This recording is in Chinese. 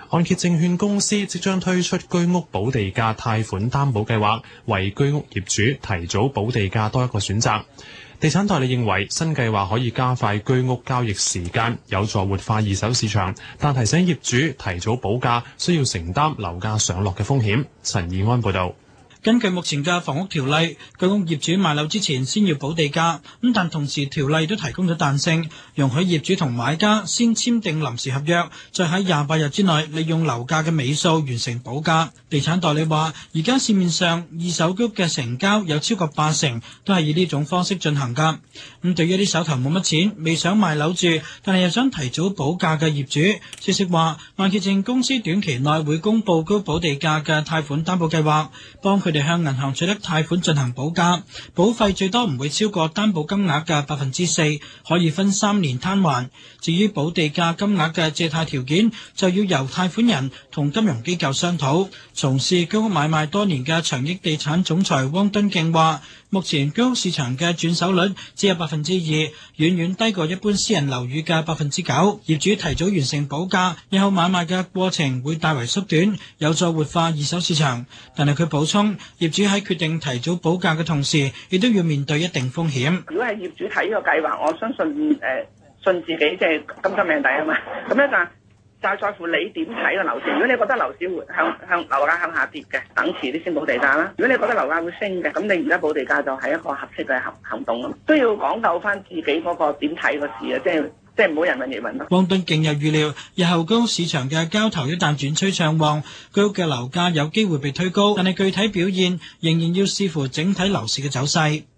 按揭證券公司即將推出居屋補地價貸款擔保計劃，為居屋業主提早補地價多一個選擇。地產代理認為新計劃可以加快居屋交易時間，有助活化二手市場，但提醒業主提早補價需要承擔樓價上落嘅風險。陳義安報導。 根據目前嘅房屋條例，居屋業主賣樓之前先要補地價，但同時條例都提供咗彈性，容許業主同買家先簽訂臨時合約，再喺28日之內利用樓價嘅尾數完成補價。地產代理話，而家市面上二手居屋嘅成交有超過80%都係以呢種方式進行㗎。對於一啲手頭冇乜錢，未想賣樓住，但係又想提早補價嘅業主，消息話按揭證公司短期內會公佈居屋補地價嘅貸款擔保計劃，幫佢哋向銀行取得貸款進行補價，保費最多唔會超過擔保金額嘅4%，可以分3年攤還。至於補地價金額嘅借貸條件，就要由貸款人同金融機構商討。從事居屋買賣多年嘅長益地產總裁汪敦敬話，目前居屋市場嘅轉手率只有2%，遠遠低過一般私人樓宇嘅9%。業主提早完成補價，以後買賣嘅過程會大為縮短，有助活化二手市場。但係佢補充，業主喺決定提早補價嘅同時，亦都要面對一定風險。 如果係業主睇呢個計劃，我相信信自己即係金金命底啊嘛。咁咧就係在乎你點睇個樓市。如果你覺得樓市會向樓價向下跌嘅，等遲啲先補地價啦。如果你覺得樓價會升嘅，咁你而家補地價就係一個合適嘅行動咯。都要講究翻自己嗰個點睇個市啊，即係唔好人云亦云咯。 汪敦敬又預料，日後居屋市場嘅交投一旦轉趨暢旺，居屋嘅樓價有機會被推高，但係具體表現仍然要視乎整體樓市嘅走勢。